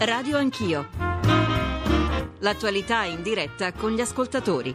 Radio Anch'io. L'attualità in diretta con gli ascoltatori.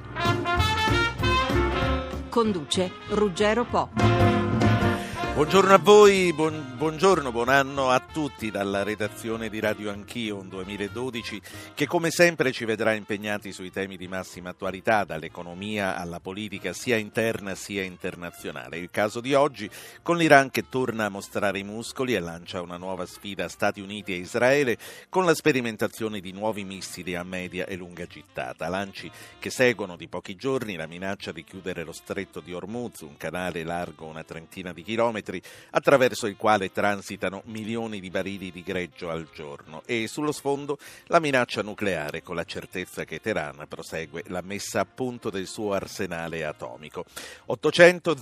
Conduce Ruggero Po. Buongiorno a voi, buongiorno, buon anno a tutti dalla redazione di Radio Anch'io, un 2012 che come sempre ci vedrà impegnati sui temi di massima attualità, dall'economia alla politica sia interna sia internazionale. Il caso di oggi con l'Iran che torna a mostrare i muscoli e lancia una nuova sfida a Stati Uniti e Israele con la sperimentazione di nuovi missili a media e lunga gittata. Lanci che seguono di pochi giorni la minaccia di chiudere lo stretto di Hormuz, un canale largo una trentina di chilometri, attraverso il quale transitano milioni di barili di greggio al giorno, e sullo sfondo la minaccia nucleare, con la certezza che Teheran prosegue la messa a punto del suo arsenale atomico. 800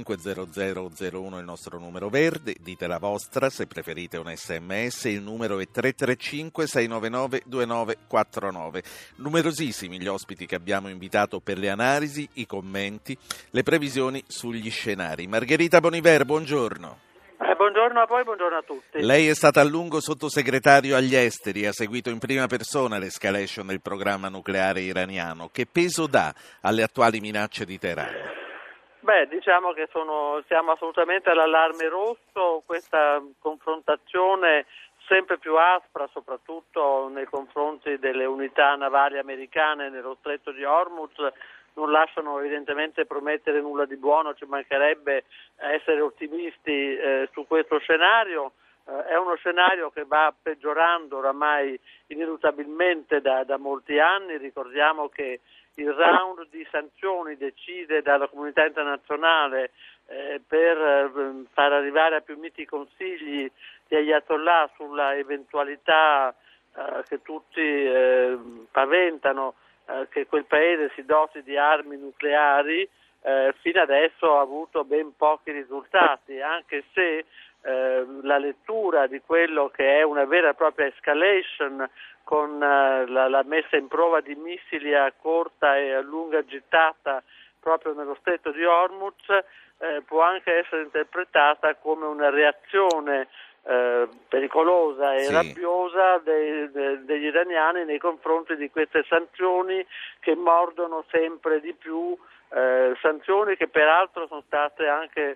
050001 è il nostro numero verde, dite la vostra, se preferite un sms il numero è 335 699 2949. Numerosissimi gli ospiti che abbiamo invitato per le analisi, i commenti, le previsioni sugli scenari. Margherita Boniver, buongiorno. Buongiorno a voi, buongiorno a tutti. Lei è stata a lungo sottosegretario agli esteri, ha seguito in prima persona l'escalation del programma nucleare iraniano. Che peso dà alle attuali minacce di Teheran? Diciamo che siamo assolutamente all'allarme rosso. Questa confrontazione sempre più aspra, soprattutto nei confronti delle unità navali americane nello stretto di Hormuz, non lasciano evidentemente promettere nulla di buono. Ci mancherebbe essere ottimisti su questo scenario. È uno scenario che va peggiorando oramai ineluttabilmente da molti anni. Ricordiamo che il round di sanzioni decise dalla comunità internazionale per far arrivare a più miti consigli di Ayatollah sulla eventualità che tutti paventano che quel paese si doti di armi nucleari, fino adesso ha avuto ben pochi risultati, anche se la lettura di quello che è una vera e propria escalation con la messa in prova di missili a corta e a lunga gittata proprio nello stretto di Hormuz può anche essere interpretata come una reazione pericolosa e rabbiosa degli iraniani nei confronti di queste sanzioni che mordono sempre di più, sanzioni che peraltro sono state anche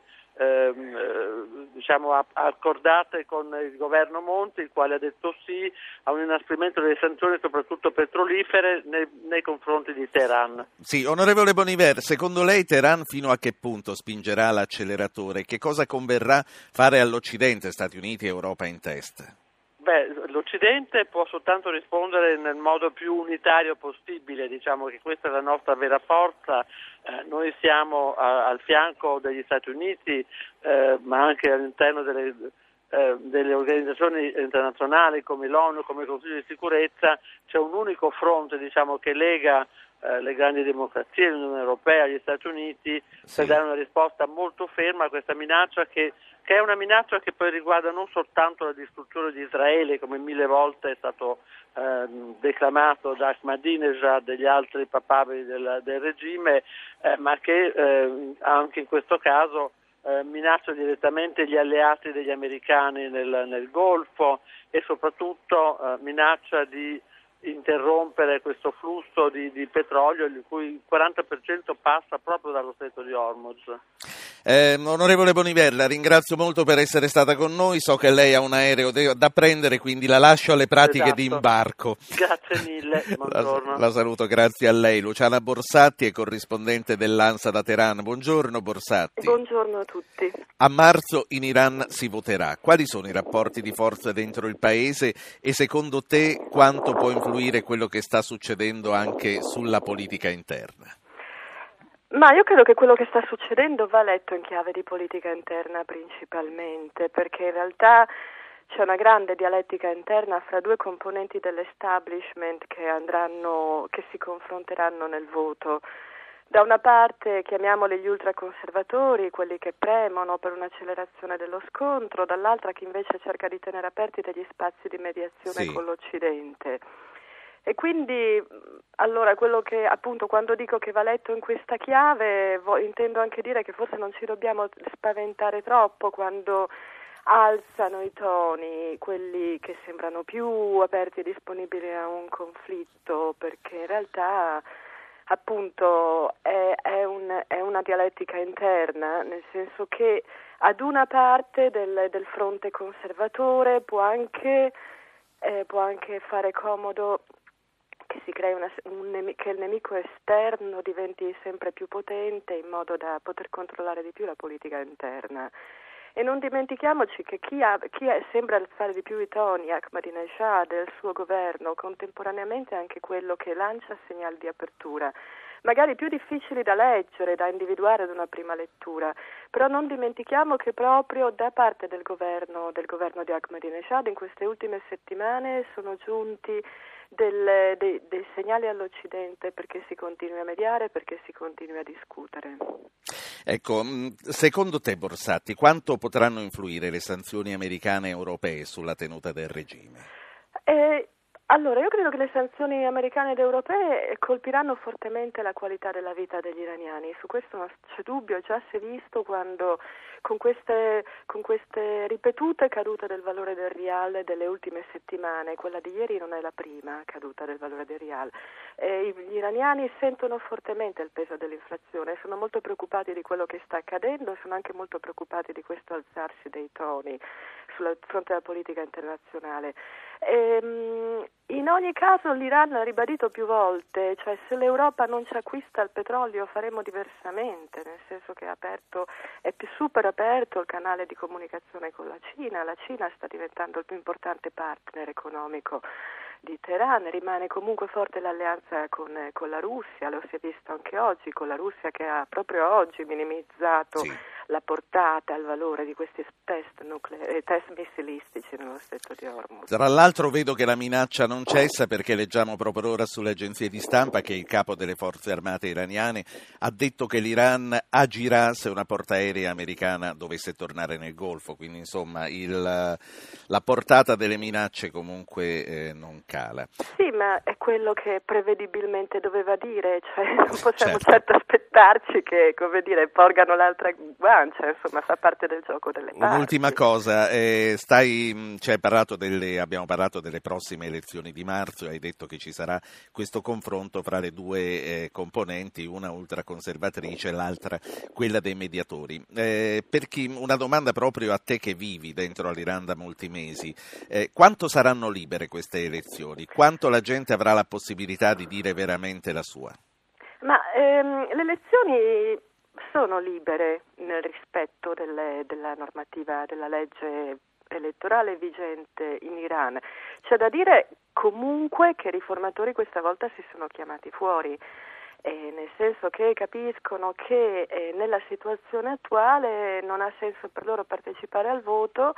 accordate con il governo Monti, il quale ha detto sì a un inasprimento delle sanzioni soprattutto petrolifere nei confronti di Teheran. Sì, onorevole Boniver, secondo lei Teheran fino a che punto spingerà l'acceleratore? Che cosa converrà fare all'Occidente, Stati Uniti e Europa in testa? L'Occidente può soltanto rispondere nel modo più unitario possibile, diciamo che questa è la nostra vera forza. Noi siamo al fianco degli Stati Uniti, ma anche all'interno delle organizzazioni internazionali come l'ONU, come il Consiglio di sicurezza. C'è un unico fronte, che lega le grandi democrazie, l'Unione Europea, gli Stati Uniti, per dare una risposta molto ferma a questa minaccia che è una minaccia che poi riguarda non soltanto la distruzione di Israele, come 1000 volte è stato declamato da Ahmadinejad e degli altri papabili del regime, ma che anche in questo caso minaccia direttamente gli alleati degli americani nel Golfo e soprattutto minaccia di interrompere questo flusso di petrolio, di cui il 40% passa proprio dallo stretto di Hormuz. Onorevole Boniver, la ringrazio molto per essere stata con noi. So che lei ha un aereo da prendere, quindi la lascio alle pratiche di imbarco. Grazie mille, buongiorno. La saluto, grazie a lei. Luciana Borsatti è corrispondente dell'ANSA da Teheran. Buongiorno Borsatti. Buongiorno a tutti. A marzo in Iran si voterà. Quali sono i rapporti di forza dentro il paese e secondo te quanto può influire quello che sta succedendo anche sulla politica interna? Ma io credo che quello che sta succedendo va letto in chiave di politica interna principalmente, perché in realtà c'è una grande dialettica interna fra due componenti dell'establishment che si confronteranno nel voto. Da una parte chiamiamoli gli ultraconservatori, quelli che premono per un'accelerazione dello scontro, dall'altra chi invece cerca di tenere aperti degli spazi di mediazione con l'Occidente. E quindi, allora, quello che appunto quando dico che va letto in questa chiave intendo anche dire che forse non ci dobbiamo spaventare troppo quando alzano i toni, quelli che sembrano più aperti e disponibili a un conflitto, perché in realtà appunto è una dialettica interna, nel senso che ad una parte del fronte conservatore può anche fare comodo che si crei che il nemico esterno diventi sempre più potente in modo da poter controllare di più la politica interna. E non dimentichiamoci che chi sembra alzare di più i toni, Ahmadinejad e il suo governo, contemporaneamente è anche quello che lancia segnali di apertura, magari più difficili da leggere, da individuare ad una prima lettura, però non dimentichiamo che proprio da parte del governo di Ahmadinejad in queste ultime settimane sono giunti dei segnali all'Occidente perché si continui a mediare, perché si continui a discutere. Ecco, secondo te, Borsatti, quanto potranno influire le sanzioni americane e europee sulla tenuta del regime? Allora, io credo che le sanzioni americane ed europee colpiranno fortemente la qualità della vita degli iraniani. Su questo non c'è dubbio, già si è visto quando con queste ripetute cadute del valore del rial delle ultime settimane, quella di ieri non è la prima caduta del valore del rial. Gli iraniani sentono fortemente il peso dell'inflazione, sono molto preoccupati di quello che sta accadendo e sono anche molto preoccupati di questo alzarsi dei toni sul fronte della politica internazionale. In ogni caso l'Iran ha ribadito più volte, cioè se l'Europa non ci acquista il petrolio faremo diversamente, nel senso che è più super aperto il canale di comunicazione con la Cina sta diventando il più importante partner economico di Teheran, rimane comunque forte l'alleanza con la Russia, lo si è visto anche oggi, con la Russia che ha proprio oggi minimizzato la portata, il valore di questi test missilistici nello stretto di Hormuz. Tra l'altro vedo che la minaccia non cessa perché leggiamo proprio ora sulle agenzie di stampa che il capo delle forze armate iraniane ha detto che l'Iran agirà se una portaerei americana dovesse tornare nel Golfo, quindi insomma la portata delle minacce comunque non cala. Sì, ma è quello che prevedibilmente doveva dire, cioè non possiamo certo aspettarci che, come dire, porgano l'altra guancia, insomma fa parte del gioco delle parti. Un'ultima cosa, abbiamo parlato delle prossime elezioni di marzo, hai detto che ci sarà questo confronto fra le due componenti, una ultraconservatrice e l'altra quella dei mediatori. Una domanda proprio a te che vivi dentro all'Iran da molti mesi, quanto saranno libere queste elezioni? Quanto la gente avrà la possibilità di dire veramente la sua? Ma le elezioni sono libere nel rispetto della normativa, della legge elettorale vigente in Iran. C'è da dire comunque che i riformatori questa volta si sono chiamati fuori, nel senso che capiscono che nella situazione attuale non ha senso per loro partecipare al voto,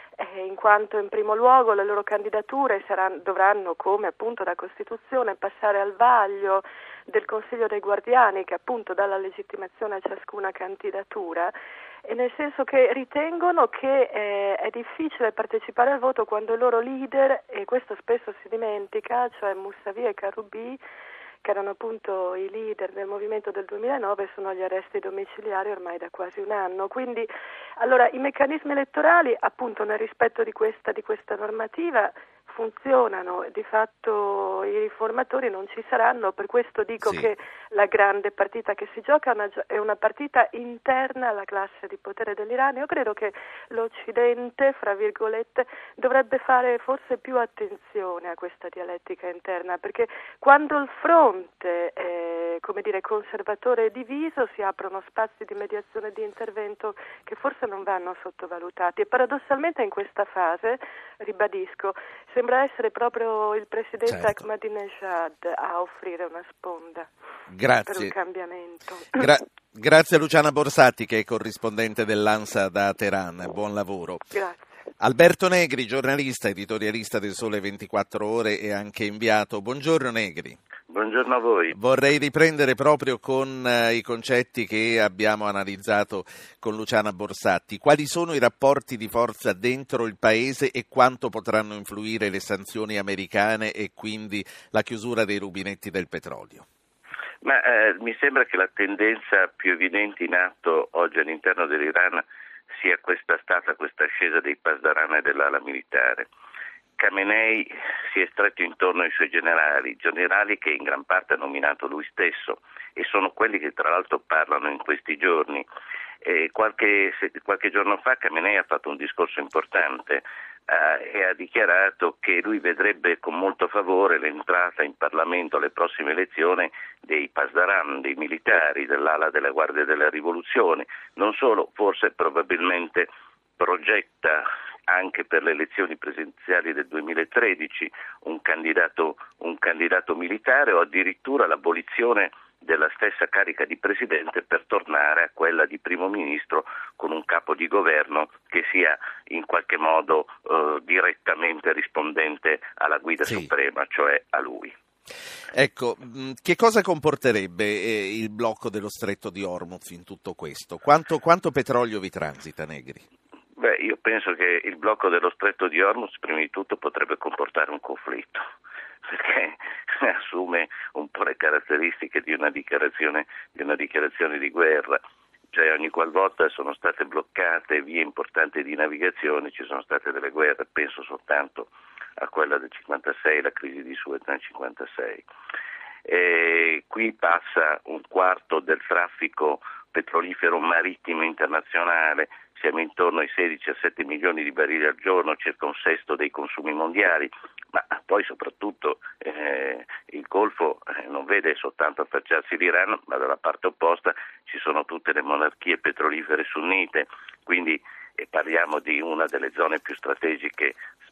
in quanto in primo luogo le loro candidature dovranno, come appunto da Costituzione, passare al vaglio del Consiglio dei Guardiani che appunto dà la legittimazione a ciascuna candidatura, e nel senso che ritengono che è difficile partecipare al voto quando i loro leader, e questo spesso si dimentica, cioè Mousavi e Karoubi, che erano appunto i leader del movimento del 2009, sono agli arresti domiciliari ormai da quasi un anno. Quindi allora i meccanismi elettorali appunto nel rispetto di questa normativa funzionano, di fatto i riformatori non ci saranno, per questo dico che la grande partita che si gioca è una partita interna alla classe di potere dell'Iran. Io credo che l'Occidente, fra virgolette, dovrebbe fare forse più attenzione a questa dialettica interna, perché quando il fronte conservatore è diviso si aprono spazi di mediazione e di intervento che forse non vanno sottovalutati, e paradossalmente in questa fase, ribadisco, sembra essere proprio il presidente Ahmadinejad a offrire una sponda per un cambiamento. Grazie a Luciana Borsatti, che è corrispondente dell'ANSA da Teheran. Buon lavoro. Grazie. Alberto Negri, giornalista, editorialista del Sole 24 Ore e anche inviato. Buongiorno Negri. Buongiorno a voi. Vorrei riprendere proprio con i concetti che abbiamo analizzato con Luciana Borsatti. Quali sono i rapporti di forza dentro il Paese e quanto potranno influire le sanzioni americane e quindi la chiusura dei rubinetti del petrolio? Mi sembra che la tendenza più evidente in atto oggi all'interno dell'Iran sia stata questa ascesa dei Pasdaran e dell'ala militare. Khamenei si è stretto intorno ai suoi generali che in gran parte ha nominato lui stesso, e sono quelli che tra l'altro parlano in questi giorni. Qualche giorno fa Khamenei ha fatto un discorso importante e ha dichiarato che lui vedrebbe con molto favore l'entrata in Parlamento alle prossime elezioni dei Pasdaran, dei militari dell'ala della Guardia della Rivoluzione. Non solo, forse probabilmente progetta anche per le elezioni presidenziali del 2013 un candidato militare, o addirittura l'abolizione della stessa carica di presidente per tornare a quella di primo ministro, con un capo di governo che sia in qualche modo direttamente rispondente alla guida suprema, cioè a lui. Ecco, che cosa comporterebbe il blocco dello Stretto di Hormuz in tutto questo? Quanto petrolio vi transita, Negri? Io penso che il blocco dello Stretto di Hormuz prima di tutto potrebbe comportare un conflitto, perché assume un po' le caratteristiche di una dichiarazione di guerra. Cioè, ogni qualvolta sono state bloccate vie importanti di navigazione ci sono state delle guerre. Penso soltanto a quella del 56, la crisi di Suez nel 56. Qui passa un quarto del traffico petrolifero marittimo internazionale, siamo intorno ai 16-17 milioni di barili al giorno, circa un sesto dei consumi mondiali, ma poi soprattutto il Golfo non vede soltanto affacciarsi l'Iran, ma dalla parte opposta ci sono tutte le monarchie petrolifere sunnite, quindi parliamo di una delle zone più strategiche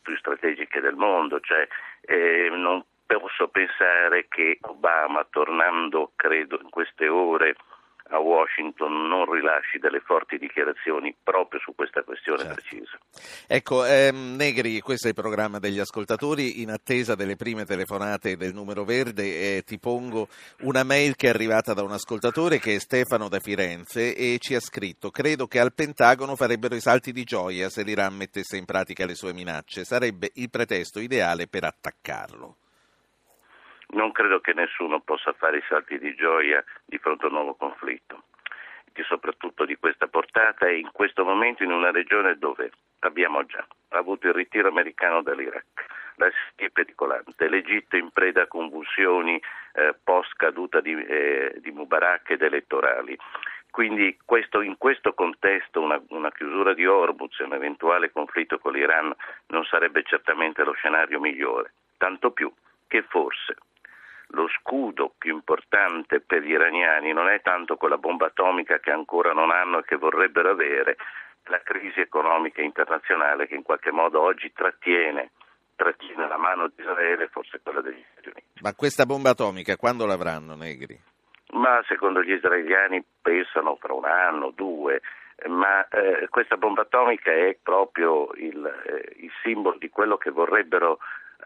del mondo, cioè non posso pensare che Obama, tornando credo in queste ore a Washington, non rilasci delle forti dichiarazioni proprio su questa questione precisa. Ecco, Negri, questo è il programma degli ascoltatori. In attesa delle prime telefonate del numero verde ti pongo una mail che è arrivata da un ascoltatore, che è Stefano da Firenze, e ci ha scritto: credo che al Pentagono farebbero i salti di gioia se l'Iran mettesse in pratica le sue minacce, sarebbe il pretesto ideale per attaccarlo. Non credo che nessuno possa fare i salti di gioia di fronte a un nuovo conflitto, che soprattutto di questa portata e in questo momento in una regione dove abbiamo già avuto il ritiro americano dall'Iraq, la Siria è pericolante, l'Egitto in preda a convulsioni post caduta di Mubarak ed elettorali. Quindi in questo contesto una chiusura di Hormuz e un eventuale conflitto con l'Iran non sarebbe certamente lo scenario migliore, tanto più che forse lo scudo più importante per gli iraniani non è tanto quella bomba atomica che ancora non hanno e che vorrebbero avere, la crisi economica internazionale che in qualche modo oggi trattiene la mano di Israele, forse quella degli Stati Uniti. Ma questa bomba atomica quando l'avranno, Negri? Ma secondo gli israeliani pensano fra un anno, due, ma questa bomba atomica è proprio il simbolo di quello che vorrebbero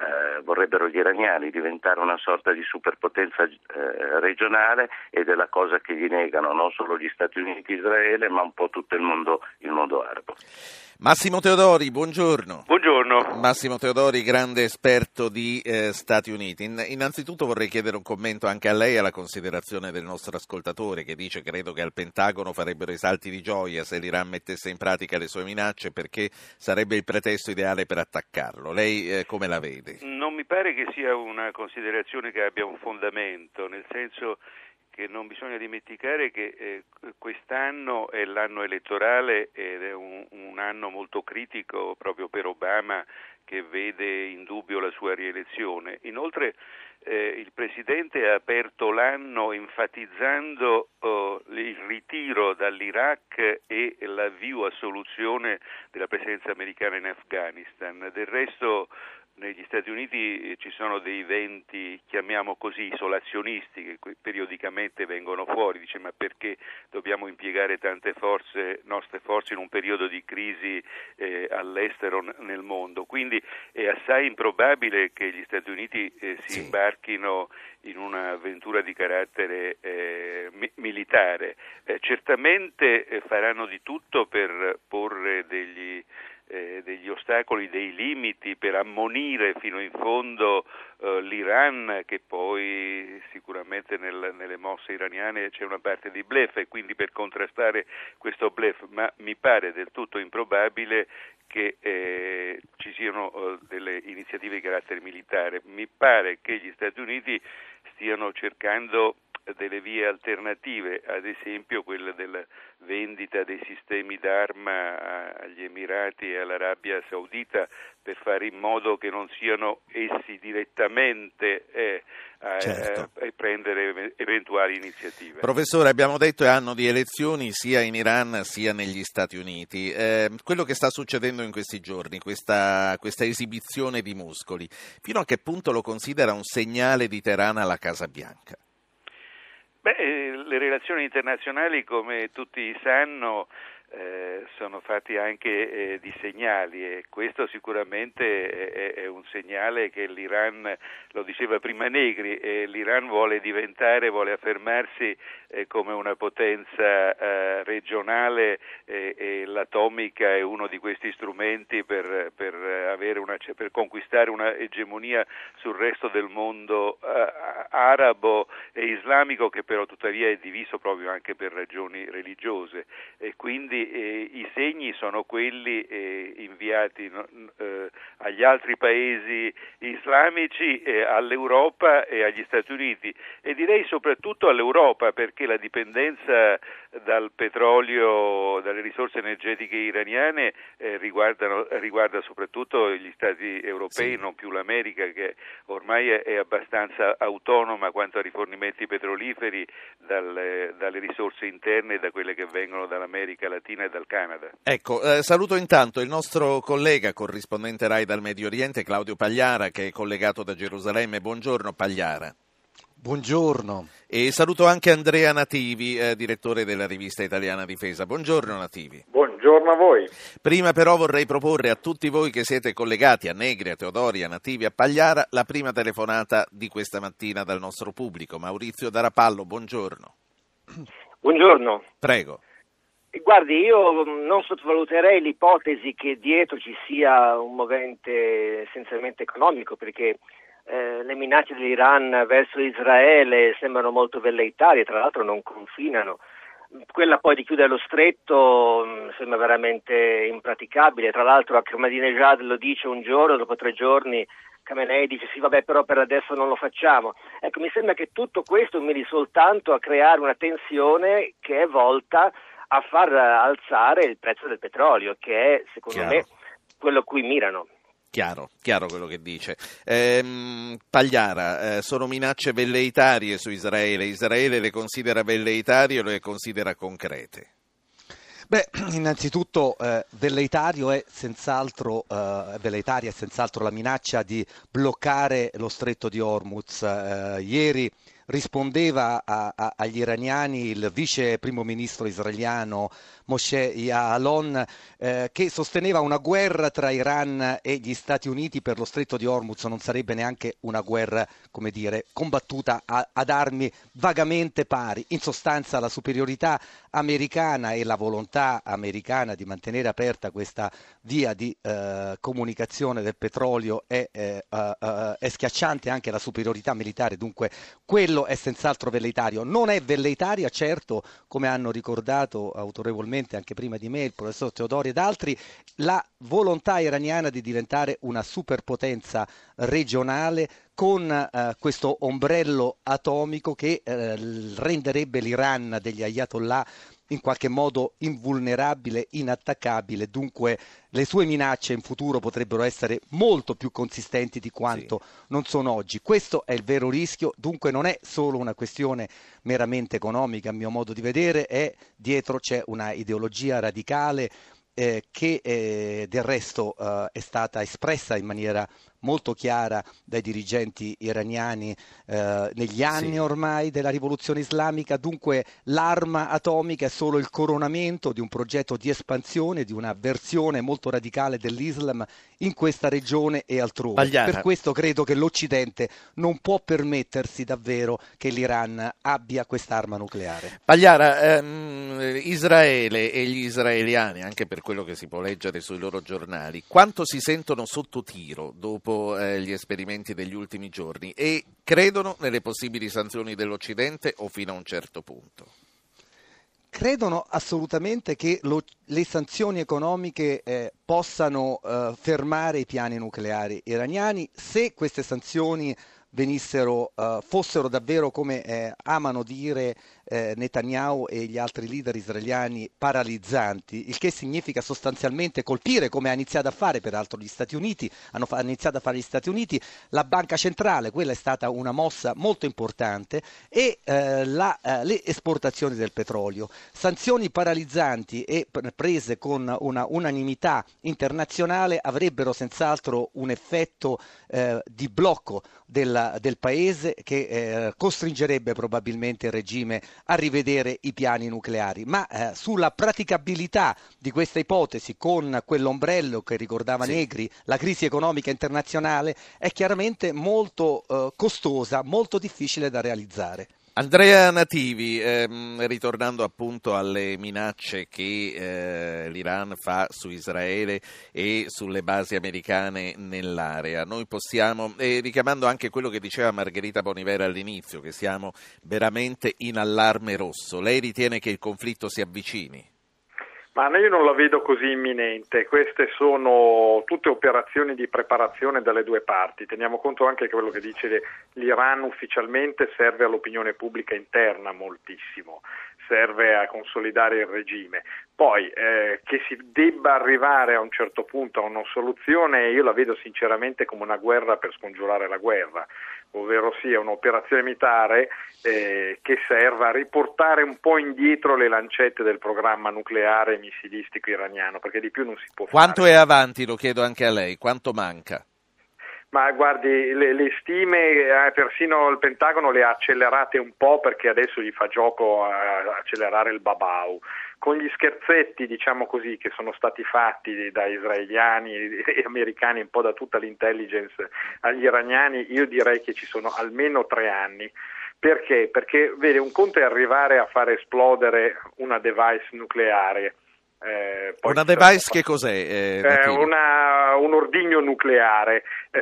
gli iraniani, diventare una sorta di superpotenza regionale, ed è la cosa che gli negano non solo gli Stati Uniti e Israele, ma un po' tutto il mondo arabo. Massimo Teodori, buongiorno. Buongiorno. Massimo Teodori, grande esperto di Stati Uniti. Innanzitutto vorrei chiedere un commento anche a lei e alla considerazione del nostro ascoltatore, che dice: credo che al Pentagono farebbero i salti di gioia se l'Iran mettesse in pratica le sue minacce, perché sarebbe il pretesto ideale per attaccarlo. Lei come la vede? Non mi pare che sia una considerazione che abbia un fondamento, nel senso che non bisogna dimenticare che quest'anno è l'anno elettorale ed è un anno molto critico proprio per Obama, che vede in dubbio la sua rielezione. Inoltre il Presidente ha aperto l'anno enfatizzando il ritiro dall'Iraq e l'avvio a soluzione della presenza americana in Afghanistan. Del resto negli Stati Uniti ci sono dei venti, chiamiamo così, isolazionisti, che periodicamente vengono fuori. Dice: ma perché dobbiamo impiegare tante nostre forze in un periodo di crisi all'estero nel mondo? Quindi è assai improbabile che gli Stati Uniti si imbarchino in un'avventura di carattere militare. Certamente faranno di tutto per porre degli ostacoli, dei limiti per ammonire fino in fondo l'Iran, che poi sicuramente nelle mosse iraniane c'è una parte di bluff, e quindi per contrastare questo bluff, ma mi pare del tutto improbabile che ci siano delle iniziative di carattere militare. Mi pare che gli Stati Uniti stiano cercando delle vie alternative, ad esempio quella della vendita dei sistemi d'arma agli Emirati e all'Arabia Saudita, per fare in modo che non siano essi direttamente a prendere eventuali iniziative. Professore, abbiamo detto è anno di elezioni sia in Iran sia negli Stati Uniti. Quello che sta succedendo in questi giorni, questa esibizione di muscoli, fino a che punto lo considera un segnale di Teheran alla Casa Bianca? Le relazioni internazionali, come tutti sanno, sono fatti anche di segnali, e questo sicuramente è un segnale che l'Iran, lo diceva prima Negri, l'Iran vuole affermarsi come una potenza regionale, e l'atomica è uno di questi strumenti per conquistare una egemonia sul resto del mondo arabo e islamico, che però tuttavia è diviso proprio anche per ragioni religiose, e quindi i segni sono quelli inviati agli altri paesi islamici, all'Europa e agli Stati Uniti, e direi soprattutto all'Europa, perché la dipendenza dal petrolio, dalle risorse energetiche iraniane riguarda soprattutto gli Stati europei, non più l'America, che ormai è abbastanza autonoma quanto a rifornimenti petroliferi dalle risorse interne e da quelle che vengono dall'America Latina e dal Canada. Ecco, saluto intanto il nostro collega corrispondente RAI dal Medio Oriente, Claudio Pagliara, che è collegato da Gerusalemme. Buongiorno Pagliara. Buongiorno. E saluto anche Andrea Nativi, direttore della rivista italiana Difesa. Buongiorno Nativi. Buongiorno a voi. Prima però vorrei proporre a tutti voi che siete collegati, a Negri, a Teodori, a Nativi, a Pagliara, la prima telefonata di questa mattina dal nostro pubblico. Maurizio da Rapallo, buongiorno. Buongiorno. Prego. Guardi, io non sottovaluterei l'ipotesi che dietro ci sia un movente essenzialmente economico, perché le minacce dell'Iran verso Israele sembrano molto velleitarie, tra l'altro non confinano. Quella poi di chiudere lo stretto sembra veramente impraticabile. Tra l'altro Ahmadinejad lo dice un giorno, dopo 3 giorni Khamenei dice sì vabbè, però per adesso non lo facciamo. Ecco, mi sembra che tutto questo miri soltanto a creare una tensione che è volta a far alzare il prezzo del petrolio, che è secondo me quello a cui mirano. Chiaro quello che dice. Pagliara, sono minacce velleitarie su Israele. Israele le considera velleitarie o le considera concrete? Innanzitutto velleitaria è senz'altro la minaccia di bloccare lo stretto di Hormuz. Ieri rispondeva agli iraniani il vice primo ministro israeliano Moshe Ya'alon, che sosteneva una guerra tra Iran e gli Stati Uniti per lo stretto di Hormuz non sarebbe neanche una guerra, come dire, combattuta ad armi vagamente pari. In sostanza la superiorità americana e la volontà americana di mantenere aperta questa via di comunicazione del petrolio è schiacciante, anche la superiorità militare, dunque quello è senz'altro velleitario. Non è velleitaria, certo, come hanno ricordato autorevolmente anche prima di me il professor Teodori ed altri, la volontà iraniana di diventare una superpotenza regionale con questo ombrello atomico che renderebbe l'Iran degli ayatollah in qualche modo invulnerabile, inattaccabile, dunque le sue minacce in futuro potrebbero essere molto più consistenti di quanto non sono oggi. Questo è il vero rischio, dunque non è solo una questione meramente economica, a mio modo di vedere, dietro c'è una ideologia radicale che del resto è stata espressa in maniera molto chiara dai dirigenti iraniani negli anni ormai della rivoluzione islamica. Dunque l'arma atomica è solo il coronamento di un progetto di espansione, di una versione molto radicale dell'Islam in questa regione e altrove. Pagliara. Per questo credo che l'Occidente non può permettersi davvero che l'Iran abbia quest'arma nucleare. Pagliara, Israele e gli israeliani, anche per quello che si può leggere sui loro giornali, quanto si sentono sotto tiro dopo gli esperimenti degli ultimi giorni e credono nelle possibili sanzioni dell'Occidente o fino a un certo punto? Credono assolutamente che le sanzioni economiche possano fermare i piani nucleari iraniani se queste sanzioni fossero davvero, come amano dire Netanyahu e gli altri leader israeliani, paralizzanti, il che significa sostanzialmente colpire, come ha iniziato a fare peraltro gli Stati Uniti, hanno iniziato a fare gli Stati Uniti, la banca centrale. Quella è stata una mossa molto importante, e le esportazioni del petrolio. Sanzioni paralizzanti e prese con una unanimità internazionale avrebbero senz'altro un effetto di blocco del paese che costringerebbe probabilmente il regime a rivedere i piani nucleari, ma sulla praticabilità di questa ipotesi, con quell'ombrello che ricordava Negri, la crisi economica internazionale, è chiaramente molto costosa, molto difficile da realizzare. Andrea Nativi, ritornando appunto alle minacce che l'Iran fa su Israele e sulle basi americane nell'area, noi possiamo, richiamando anche quello che diceva Margherita Bonivera all'inizio, che siamo veramente in allarme rosso, lei ritiene che il conflitto si avvicini? Ma io non la vedo così imminente, queste sono tutte operazioni di preparazione dalle due parti. Teniamo conto anche che quello che dice l'Iran ufficialmente serve all'opinione pubblica interna moltissimo, serve a consolidare il regime. Poi che si debba arrivare a un certo punto a una soluzione, io la vedo sinceramente come una guerra per scongiurare la guerra, ovvero sia un'operazione militare che serva a riportare un po' indietro le lancette del programma nucleare missilistico iraniano, perché di più non si può fare. Quanto è avanti, lo chiedo anche a lei, quanto manca? Ma guardi, le stime, persino il Pentagono le ha accelerate un po', perché adesso gli fa gioco a accelerare il babau. Con gli scherzetti, diciamo così, che sono stati fatti da israeliani e americani, un po' da tutta l'intelligence agli iraniani, io direi che ci sono almeno 3 anni. Perché? Perché, vede, un conto è arrivare a fare esplodere una device nucleare. Una device che cos'è? Un ordigno nucleare,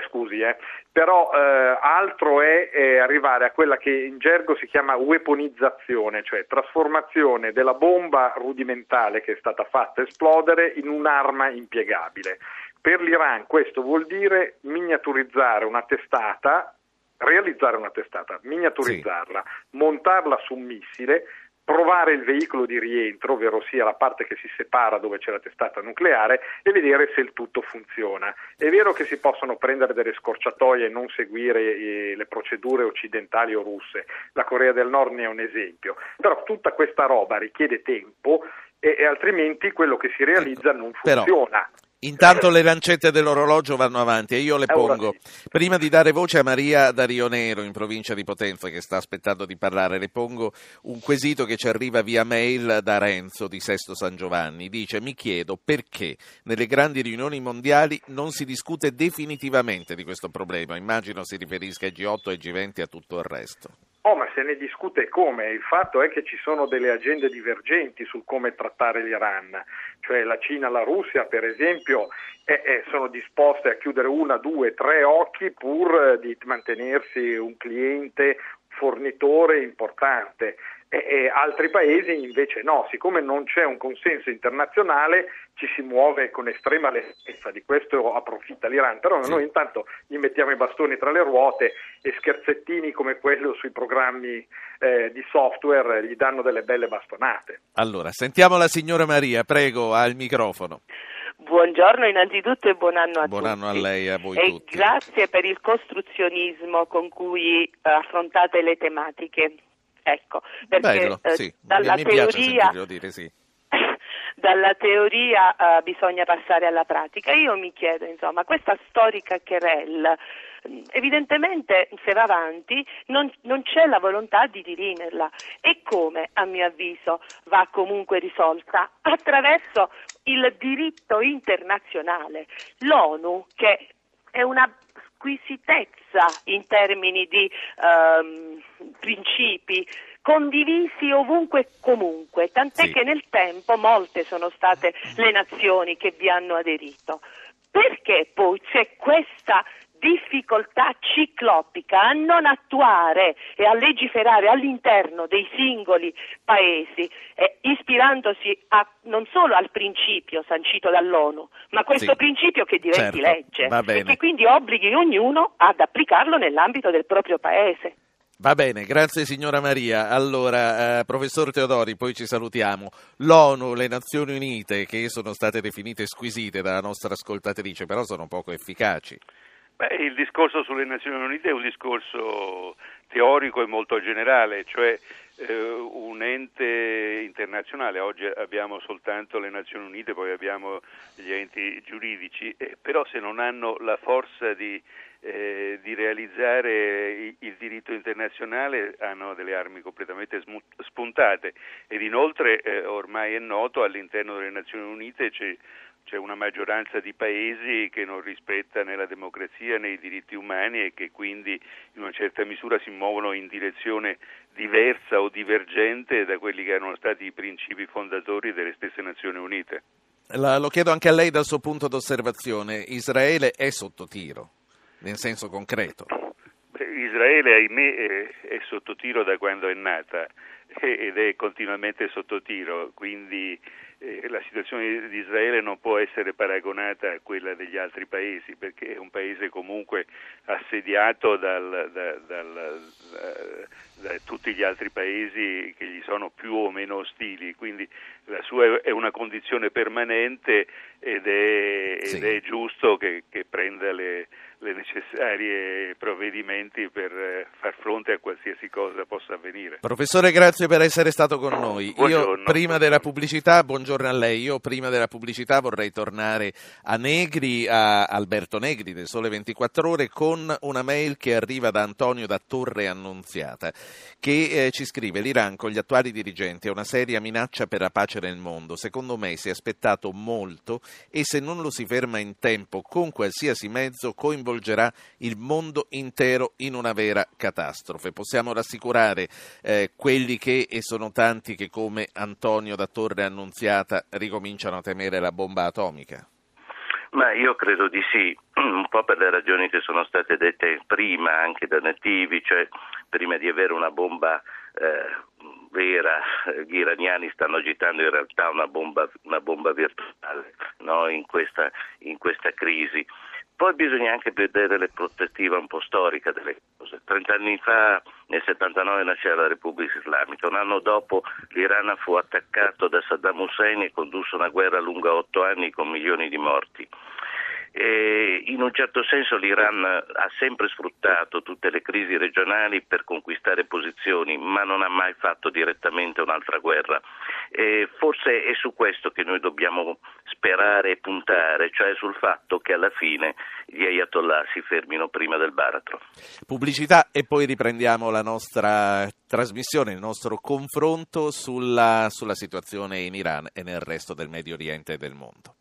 però altro è arrivare a quella che in gergo si chiama weaponizzazione, cioè trasformazione della bomba rudimentale che è stata fatta esplodere in un'arma impiegabile. Per l'Iran questo vuol dire miniaturizzare una testata, realizzare una testata, miniaturizzarla, montarla su un missile, provare il veicolo di rientro, ovvero sia la parte che si separa dove c'è la testata nucleare, e vedere se il tutto funziona. È vero che si possono prendere delle scorciatoie e non seguire le procedure occidentali o russe, la Corea del Nord ne è un esempio, però tutta questa roba richiede tempo e altrimenti quello che si realizza non funziona. Intanto le lancette dell'orologio vanno avanti e io le pongo, prima di dare voce a Maria da Rio Nero in provincia di Potenza che sta aspettando di parlare, le pongo un quesito che ci arriva via mail da Renzo di Sesto San Giovanni. Dice: mi chiedo perché nelle grandi riunioni mondiali non si discute definitivamente di questo problema, immagino si riferisca ai G8, ai G20 e a tutto il resto. Ma se ne discute come? Il fatto è che ci sono delle agende divergenti sul come trattare l'Iran, cioè la Cina e la Russia per esempio sono disposte a chiudere 1, 2, 3 occhi pur di mantenersi un cliente fornitore importante. E altri paesi invece no, siccome non c'è un consenso internazionale ci si muove con estrema lentezza, di questo approfitta l'Iran, però noi intanto gli mettiamo i bastoni tra le ruote e scherzettini come quello sui programmi di software gli danno delle belle bastonate. Allora, sentiamo la signora Maria, prego, ha il microfono. Buongiorno innanzitutto e buon anno a tutti. Buon anno a lei e a voi tutti. Grazie per il costruzionismo con cui affrontate le tematiche. Ecco, perché bello, sì. dalla mi teoria piace sentirlo dire, sì. dalla teoria bisogna passare alla pratica. Io mi chiedo, insomma, questa storica querelle, evidentemente se va avanti non c'è la volontà di dirimerla, e come, a mio avviso, va comunque risolta? Attraverso il diritto internazionale. L'ONU, che è una squisitezza in termini di principi condivisi ovunque e comunque, tant'è che nel tempo molte sono state le nazioni che vi hanno aderito. Perché poi c'è questa difficoltà ciclopica a non attuare e a legiferare all'interno dei singoli paesi, ispirandosi non solo al principio sancito dall'ONU, ma questo principio che diventi legge e che quindi obblighi ognuno ad applicarlo nell'ambito del proprio paese. Va bene, grazie signora Maria. Allora, professor Teodori, poi ci salutiamo. L'ONU, le Nazioni Unite, che sono state definite squisite dalla nostra ascoltatrice, però sono poco efficaci. Il discorso sulle Nazioni Unite è un discorso teorico e molto generale, cioè un ente internazionale. Oggi abbiamo soltanto le Nazioni Unite, poi abbiamo gli enti giuridici, però se non hanno la forza di realizzare il diritto internazionale hanno delle armi completamente spuntate, ed inoltre ormai è noto, all'interno delle Nazioni Unite c'è una maggioranza di paesi che non rispetta né la democrazia né i diritti umani e che quindi in una certa misura si muovono in direzione diversa o divergente da quelli che erano stati i principi fondatori delle stesse Nazioni Unite. Lo chiedo anche a lei dal suo punto d'osservazione. Israele è sotto tiro, nel senso concreto? Israele, ahimè, è sotto tiro da quando è nata ed è continuamente sotto tiro, quindi la situazione di Israele non può essere paragonata a quella degli altri paesi, perché è un paese comunque assediato da tutti gli altri paesi che gli sono più o meno ostili, quindi la sua è una condizione permanente ed è giusto che prenda le necessarie provvedimenti per far fronte a qualsiasi cosa possa avvenire. Professore, grazie per essere stato con noi. Buongiorno a lei. Io prima della pubblicità vorrei tornare a Negri, a Alberto Negri del Sole 24 Ore, con una mail che arriva da Antonio da Torre Annunziata, che ci scrive: l'Iran con gli attuali dirigenti è una seria minaccia per la pace nel mondo. Secondo me si è aspettato molto e se non lo si ferma in tempo con qualsiasi mezzo coinvolgerà il mondo intero in una vera catastrofe. Possiamo rassicurare quelli che, e sono tanti, che come Antonio da Torre Annunziata ricominciano a temere la bomba atomica? Ma io credo di sì, un po' per le ragioni che sono state dette prima anche da nativi, cioè prima di avere una bomba vera, gli iraniani stanno agitando in realtà una bomba virtuale, no? in questa crisi. Poi bisogna anche vedere la prospettiva un po' storica delle cose. 30 anni fa, nel 79, nasceva la Repubblica Islamica. Un anno dopo l'Iran fu attaccato da Saddam Hussein e condusse una guerra lunga 8 anni con milioni di morti. E in un certo senso l'Iran ha sempre sfruttato tutte le crisi regionali per conquistare posizioni, ma non ha mai fatto direttamente un'altra guerra. E forse è su questo che noi dobbiamo sperare e puntare, cioè sul fatto che alla fine gli ayatollah si fermino prima del baratro. Pubblicità e poi riprendiamo la nostra trasmissione, il nostro confronto sulla situazione in Iran e nel resto del Medio Oriente e del mondo.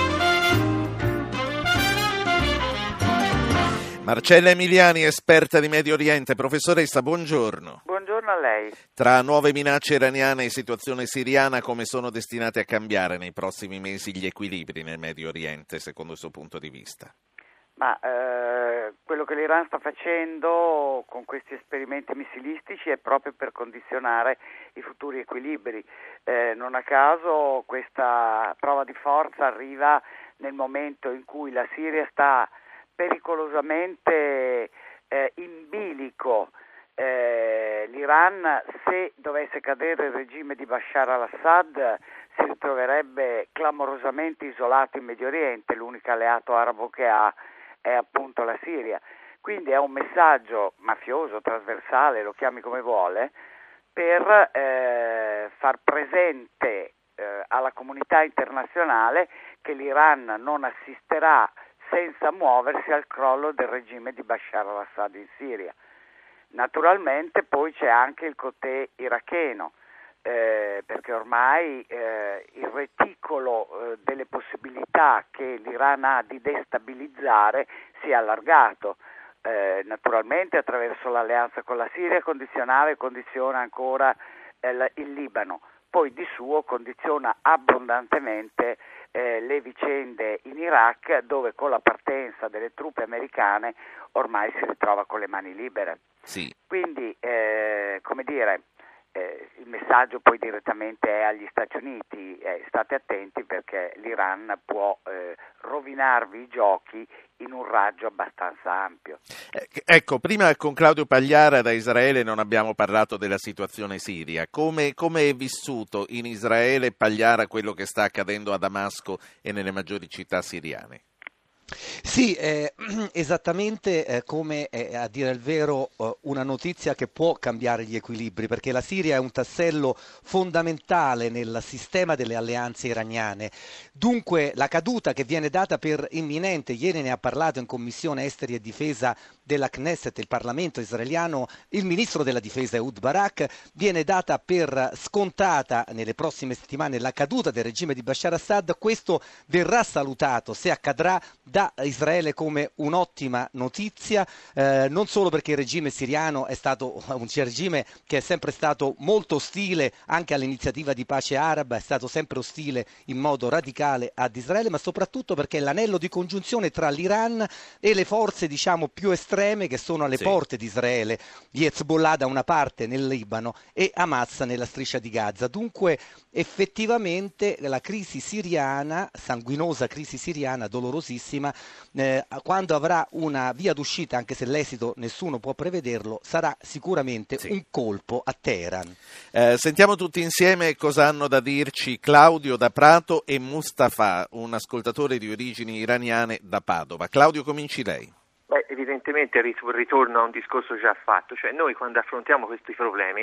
Marcella Emiliani, esperta di Medio Oriente. Professoressa, buongiorno. Buongiorno a lei. Tra nuove minacce iraniane e situazione siriana, come sono destinati a cambiare nei prossimi mesi gli equilibri nel Medio Oriente, secondo il suo punto di vista? Ma quello che l'Iran sta facendo con questi esperimenti missilistici è proprio per condizionare i futuri equilibri. Non a caso questa prova di forza arriva nel momento in cui la Siria sta pericolosamente in bilico. L'Iran, se dovesse cadere il regime di Bashar al-Assad, si ritroverebbe clamorosamente isolato in Medio Oriente. L'unico alleato arabo che ha è appunto la Siria. Quindi è un messaggio mafioso, trasversale, lo chiami come vuole, per far presente alla comunità internazionale che l'Iran non assisterà senza muoversi al crollo del regime di Bashar al-Assad in Siria. Naturalmente poi c'è anche il côté iracheno, perché ormai il reticolo delle possibilità che l'Iran ha di destabilizzare si è allargato. Naturalmente attraverso l'alleanza con la Siria condiziona ancora il Libano, poi di suo condiziona abbondantemente le vicende in Iraq, dove con la partenza delle truppe americane ormai si ritrova con le mani libere. Sì. Quindi, il messaggio poi direttamente è agli Stati Uniti: state attenti perché l'Iran può rovinarvi i giochi in un raggio abbastanza ampio. Ecco, prima con Claudio Pagliara da Israele non abbiamo parlato della situazione siria. Come è vissuto in Israele, Pagliara, quello che sta accadendo a Damasco e nelle maggiori città siriane? Sì, esattamente come a dire il vero una notizia che può cambiare gli equilibri, perché la Siria è un tassello fondamentale nel sistema delle alleanze iraniane. Dunque la caduta che viene data per imminente, ieri ne ha parlato in Commissione Esteri e Difesa della Knesset, il Parlamento israeliano, il ministro della Difesa Ehud Barak, viene data per scontata nelle prossime settimane la caduta del regime di Bashar Assad. Questo verrà salutato, se accadrà, da Israele come un'ottima notizia, non solo perché il regime siriano è stato un regime che è sempre stato molto ostile anche all'iniziativa di pace araba, è stato sempre ostile in modo radicale ad Israele, ma soprattutto perché è l'anello di congiunzione tra l'Iran e le forze più estreme che sono alle porte di Israele, di Hezbollah da una parte nel Libano e Hamas nella striscia di Gaza. Dunque effettivamente la crisi siriana, sanguinosa crisi siriana, dolorosissima, quando avrà una via d'uscita, anche se l'esito nessuno può prevederlo, sarà sicuramente un colpo a Teheran. Sentiamo tutti insieme cosa hanno da dirci Claudio da Prato e Mustafa, un ascoltatore di origini iraniane da Padova. Claudio, cominci lei. Evidentemente ritorno a un discorso già fatto, cioè noi quando affrontiamo questi problemi,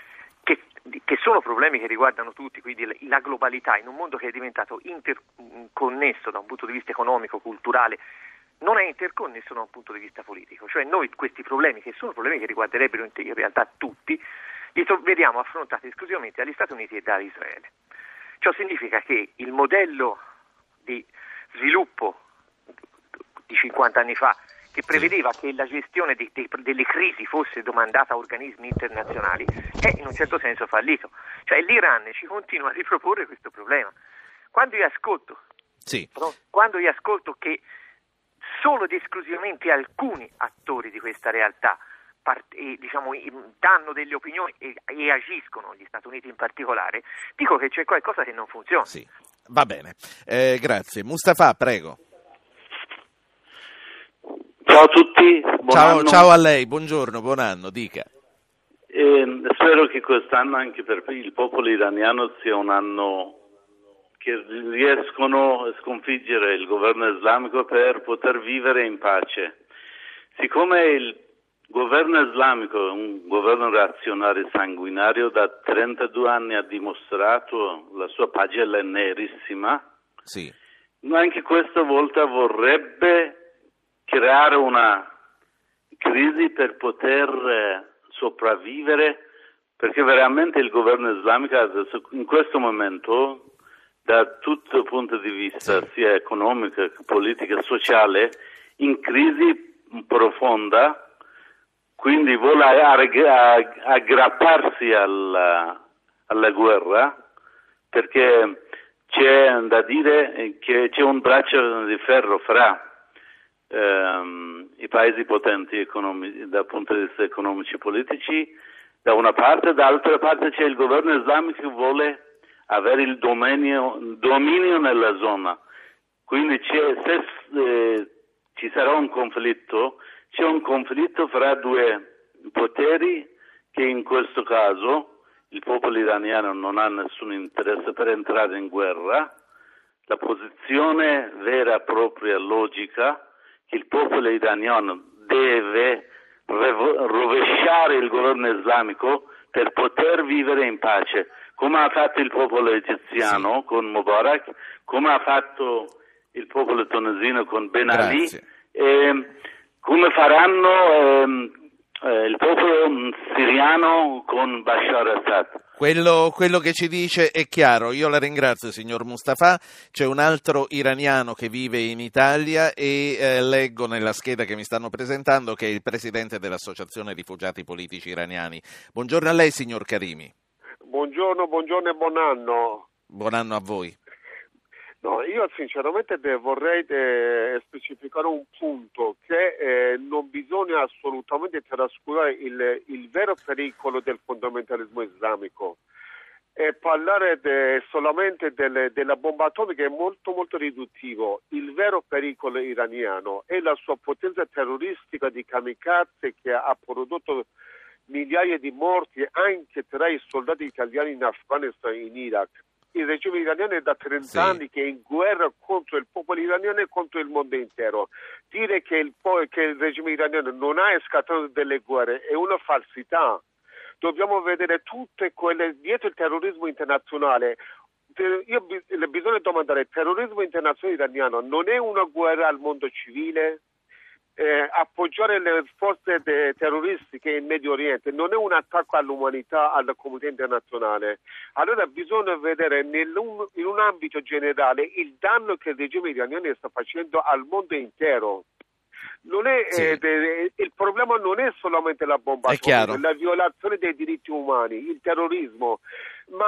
che sono problemi che riguardano tutti, quindi la globalità in un mondo che è diventato interconnesso da un punto di vista economico, culturale, non è interconnesso da un punto di vista politico, cioè noi questi problemi, che sono problemi che riguarderebbero in realtà tutti, li vediamo affrontati esclusivamente dagli Stati Uniti e da Israele. Ciò significa che il modello di sviluppo di 50 anni fa, che prevedeva che la gestione delle crisi fosse domandata a organismi internazionali, è in un certo senso fallito. Cioè l'Iran ci continua a riproporre questo problema. Quando io ascolto che solo ed esclusivamente alcuni attori di questa realtà danno delle opinioni e agiscono, gli Stati Uniti in particolare, dico che c'è qualcosa che non funziona. Sì, va bene. Grazie. Mustafa, prego. Ciao a tutti, buon anno. Ciao a lei, buongiorno, buon anno, dica. Spero che quest'anno anche per il popolo iraniano sia un anno che riescono a sconfiggere il governo islamico per poter vivere in pace. Siccome il governo islamico è un governo reazionario e sanguinario, da 32 anni ha dimostrato la sua pagella nerissima, anche questa volta vorrebbe creare una crisi per poter sopravvivere, perché veramente il governo islamico adesso, in questo momento, da tutto il punto di vista sia economico, politico e sociale, in crisi profonda, quindi vuole aggrapparsi alla guerra, perché c'è da dire che c'è un braccio di ferro fra i paesi potenti dal punto di vista economici e politici da una parte, dall'altra parte c'è il governo islamico che vuole avere il dominio nella zona. Quindi se ci sarà un conflitto, c'è un conflitto fra due poteri che in questo caso il popolo iraniano non ha nessun interesse per entrare in guerra. La posizione vera e propria logica che il popolo iraniano deve rovesciare il governo islamico per poter vivere in pace, come ha fatto il popolo egiziano con Mubarak, come ha fatto il popolo tunisino con Ben Ali, come faranno il popolo siriano con Bashar Assad. Quello che ci dice è chiaro. Io la ringrazio, signor Mustafa. C'è un altro iraniano che vive in Italia e leggo nella scheda che mi stanno presentando che è il presidente dell'Associazione Rifugiati Politici Iraniani. Buongiorno a lei, signor Karimi. Buongiorno e buon anno. Buon anno a voi. No, io sinceramente vorrei specificare un punto, che non bisogna assolutamente trascurare il vero pericolo del fondamentalismo islamico. E parlare solamente della bomba atomica è molto molto riduttivo. Il vero pericolo iraniano è la sua potenza terroristica di kamikaze, che ha prodotto migliaia di morti anche tra i soldati italiani in Afghanistan e in Iraq. Il regime iraniano è da 30 anni che è in guerra contro il popolo iraniano e contro il mondo intero. Dire che il regime iraniano non ha scatenato delle guerre è una falsità. Dobbiamo vedere tutte quelle dietro il terrorismo internazionale. Bisogna domandare: il terrorismo internazionale iraniano non è una guerra al mondo civile? Appoggiare le forze terroristiche in Medio Oriente non è un attacco all'umanità, alla comunità internazionale. Allora bisogna vedere in un ambito generale il danno che il regime iraniano sta facendo al mondo intero. Non è, il problema non è solamente la bomba atomica, la violazione dei diritti umani, il terrorismo, ma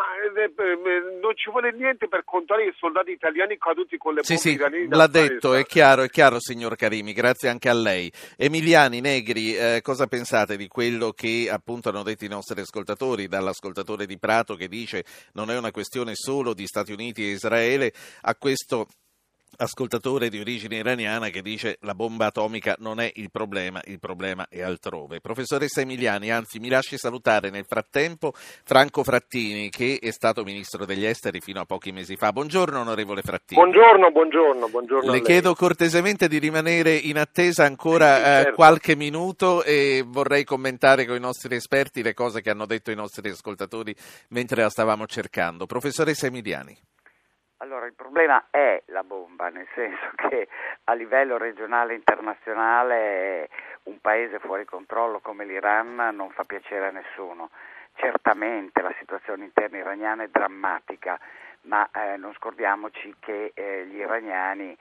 non ci vuole niente per contare i soldati italiani caduti con le bombe iraniane. L'ha detto, è chiaro signor Karimi, grazie anche a lei. Emiliani, Negri, cosa pensate di quello che appunto hanno detto i nostri ascoltatori, dall'ascoltatore di Prato che dice non è una questione solo di Stati Uniti e Israele, a questo ascoltatore di origine iraniana che dice la bomba atomica non è il problema è altrove. Professoressa Emiliani, anzi mi lasci salutare nel frattempo Franco Frattini, che è stato ministro degli esteri fino a pochi mesi fa. Buongiorno onorevole Frattini. Buongiorno. Le chiedo cortesemente di rimanere in attesa ancora qualche minuto e vorrei commentare con i nostri esperti le cose che hanno detto i nostri ascoltatori mentre la stavamo cercando. Professoressa Emiliani. Allora, il problema è la bomba, nel senso che a livello regionale e internazionale un paese fuori controllo come l'Iran non fa piacere a nessuno. Certamente la situazione interna iraniana è drammatica, ma non scordiamoci che gli iraniani,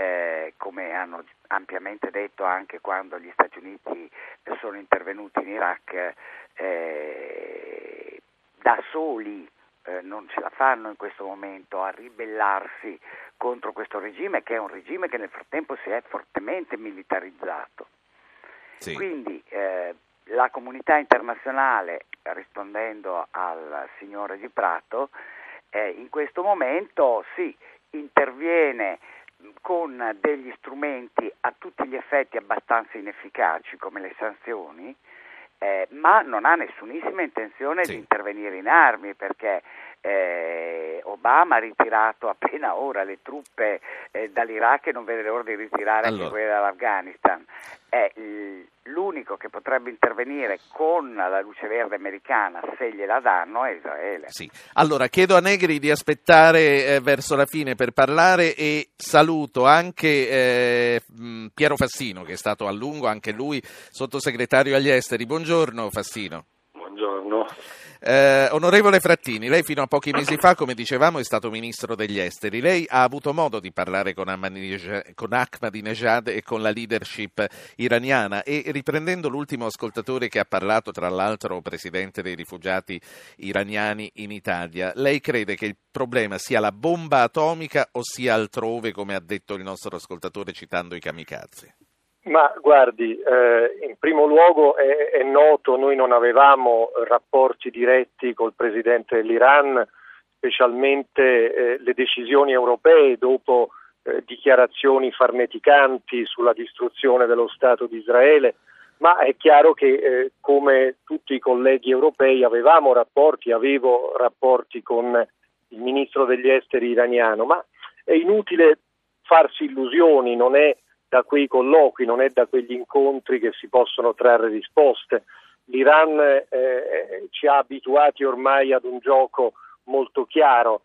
come hanno ampiamente detto anche quando gli Stati Uniti sono intervenuti in Iraq, da soli non ce la fanno in questo momento a ribellarsi contro questo regime, che è un regime che nel frattempo si è fortemente militarizzato. Quindi la comunità internazionale, rispondendo al signore di Prato, in questo momento interviene con degli strumenti a tutti gli effetti abbastanza inefficaci come le sanzioni, ma non ha nessunissima intenzione di intervenire in armi, perché Obama ha ritirato appena ora le truppe dall'Iraq e non vede l'ora di ritirare anche quelle dall'Afghanistan. È l'unico che potrebbe intervenire con la luce verde americana, se gliela danno, è Israele. Allora chiedo a Negri di aspettare verso la fine per parlare e saluto anche Piero Fassino, che è stato a lungo anche lui sottosegretario agli esteri. Buongiorno Fassino. Buongiorno. Onorevole Frattini, lei fino a pochi mesi fa, come dicevamo, è stato ministro degli esteri. Lei ha avuto modo di parlare con Ahmadinejad e con la leadership iraniana, e riprendendo l'ultimo ascoltatore che ha parlato, tra l'altro presidente dei rifugiati iraniani in Italia, lei crede che il problema sia la bomba atomica o sia altrove, come ha detto il nostro ascoltatore citando i kamikaze? Ma guardi, in primo luogo è noto, noi non avevamo rapporti diretti col presidente dell'Iran, specialmente le decisioni europee dopo dichiarazioni farneticanti sulla distruzione dello Stato di Israele, ma è chiaro che come tutti i colleghi europei avevo rapporti con il ministro degli esteri iraniano, ma è inutile farsi illusioni, non è da quei colloqui, non è da quegli incontri che si possono trarre risposte. l'Iran ci ha abituati ormai ad un gioco molto chiaro,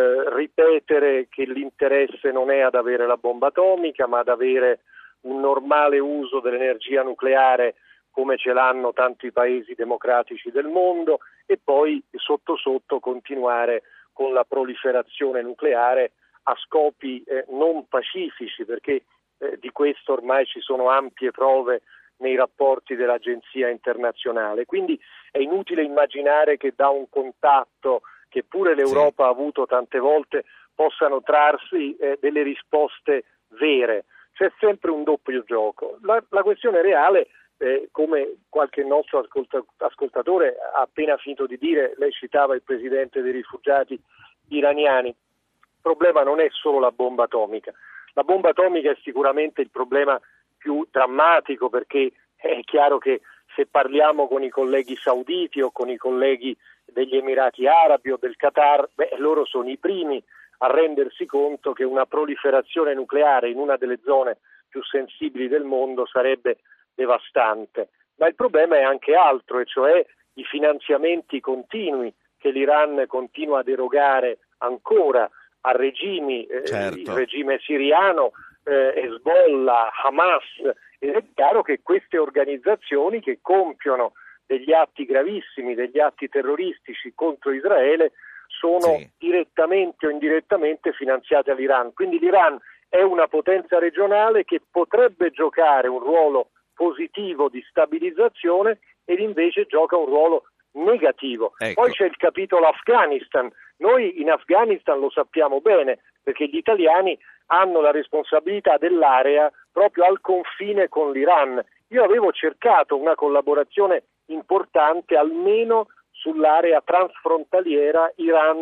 ripetere che l'interesse non è ad avere la bomba atomica ma ad avere un normale uso dell'energia nucleare come ce l'hanno tanti paesi democratici del mondo, e poi sotto sotto continuare con la proliferazione nucleare a scopi non pacifici, perché di questo ormai ci sono ampie prove nei rapporti dell'Agenzia internazionale. Quindi è inutile immaginare che da un contatto che pure l'Europa ha avuto tante volte possano trarsi delle risposte vere. C'è sempre un doppio gioco. La questione reale, come qualche nostro ascoltatore ha appena finito di dire, lei citava il presidente dei rifugiati iraniani, il problema non è solo la bomba atomica. La bomba atomica è sicuramente il problema più drammatico, perché è chiaro che se parliamo con i colleghi sauditi o con i colleghi degli Emirati Arabi o del Qatar, loro sono i primi a rendersi conto che una proliferazione nucleare in una delle zone più sensibili del mondo sarebbe devastante. Ma il problema è anche altro, e cioè i finanziamenti continui che l'Iran continua ad erogare ancora a regimi, il regime siriano, Hezbollah, Hamas, ed è chiaro che queste organizzazioni che compiono degli atti gravissimi, degli atti terroristici contro Israele, sono direttamente o indirettamente finanziate dall'Iran. Quindi l'Iran è una potenza regionale che potrebbe giocare un ruolo positivo di stabilizzazione ed invece gioca un ruolo negativo. Ecco. Poi c'è il capitolo Afghanistan. Noi in Afghanistan lo sappiamo bene, perché gli italiani hanno la responsabilità dell'area proprio al confine con l'Iran. Io avevo cercato una collaborazione importante almeno sull'area transfrontaliera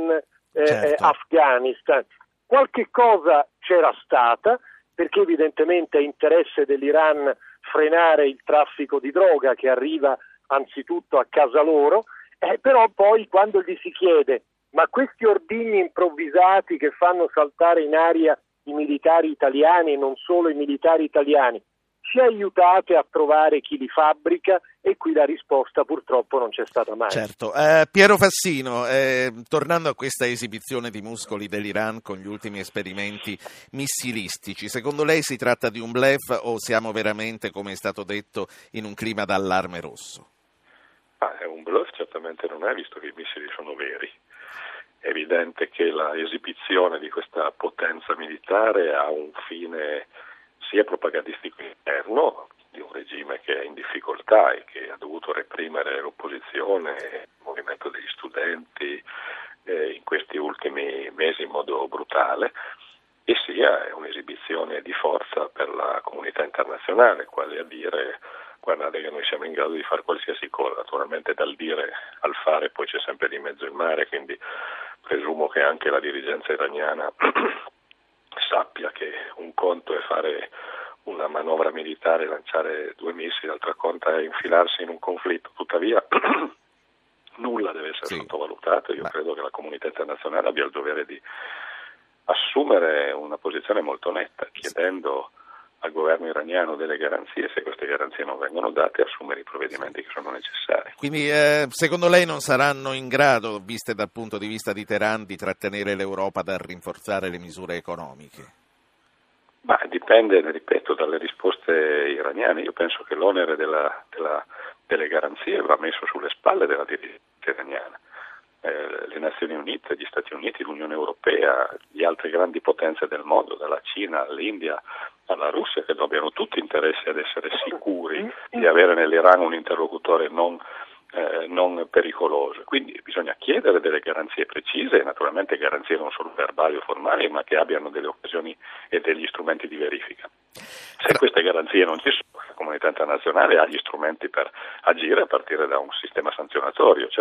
Iran-Afghanistan. Qualche cosa c'era stata, perché evidentemente è interesse dell'Iran frenare il traffico di droga che arriva anzitutto a casa loro, però poi quando gli si chiede ma questi ordigni improvvisati che fanno saltare in aria i militari italiani e non solo i militari italiani, ci aiutate a trovare chi li fabbrica? E qui la risposta purtroppo non c'è stata mai. Certo. Piero Fassino, tornando a questa esibizione di muscoli dell'Iran con gli ultimi esperimenti missilistici, secondo lei si tratta di un bluff o siamo veramente, come è stato detto, in un clima d'allarme rosso? È un bluff certamente non è, visto che i missili sono veri. È evidente che la esibizione di questa potenza militare ha un fine sia propagandistico interno, di un regime che è in difficoltà e che ha dovuto reprimere l'opposizione, il movimento degli studenti in questi ultimi mesi in modo brutale, e sia un'esibizione di forza per la comunità internazionale, quale a dire guardate che noi siamo in grado di fare qualsiasi cosa. Naturalmente dal dire al fare poi c'è sempre di mezzo il mare, quindi presumo che anche la dirigenza iraniana sappia che un conto è fare una manovra militare, lanciare 2 missili, l'altra conto è infilarsi in un conflitto. Tuttavia nulla deve essere sottovalutato. Io credo che la comunità internazionale abbia il dovere di assumere una posizione molto netta, chiedendo al governo iraniano delle garanzie, se queste garanzie non vengono date, assumere i provvedimenti che sono necessari. Quindi secondo lei non saranno in grado, viste dal punto di vista di Teheran, di trattenere l'Europa dal rinforzare le misure economiche? Ma dipende, ripeto, dalle risposte iraniane. Io penso che l'onere delle garanzie va messo sulle spalle della dirigenza iraniana. Le Nazioni Unite, gli Stati Uniti, l'Unione Europea, le altre grandi potenze del mondo, dalla Cina all'India alla Russia, che abbiano tutti interesse ad essere sicuri di avere nell'Iran un interlocutore non pericoloso. Quindi bisogna chiedere delle garanzie precise, naturalmente garanzie non solo verbali o formali, ma che abbiano delle occasioni e degli strumenti di verifica. Se queste garanzie non ci sono, la comunità internazionale ha gli strumenti per agire a partire da un sistema sanzionatorio, certo.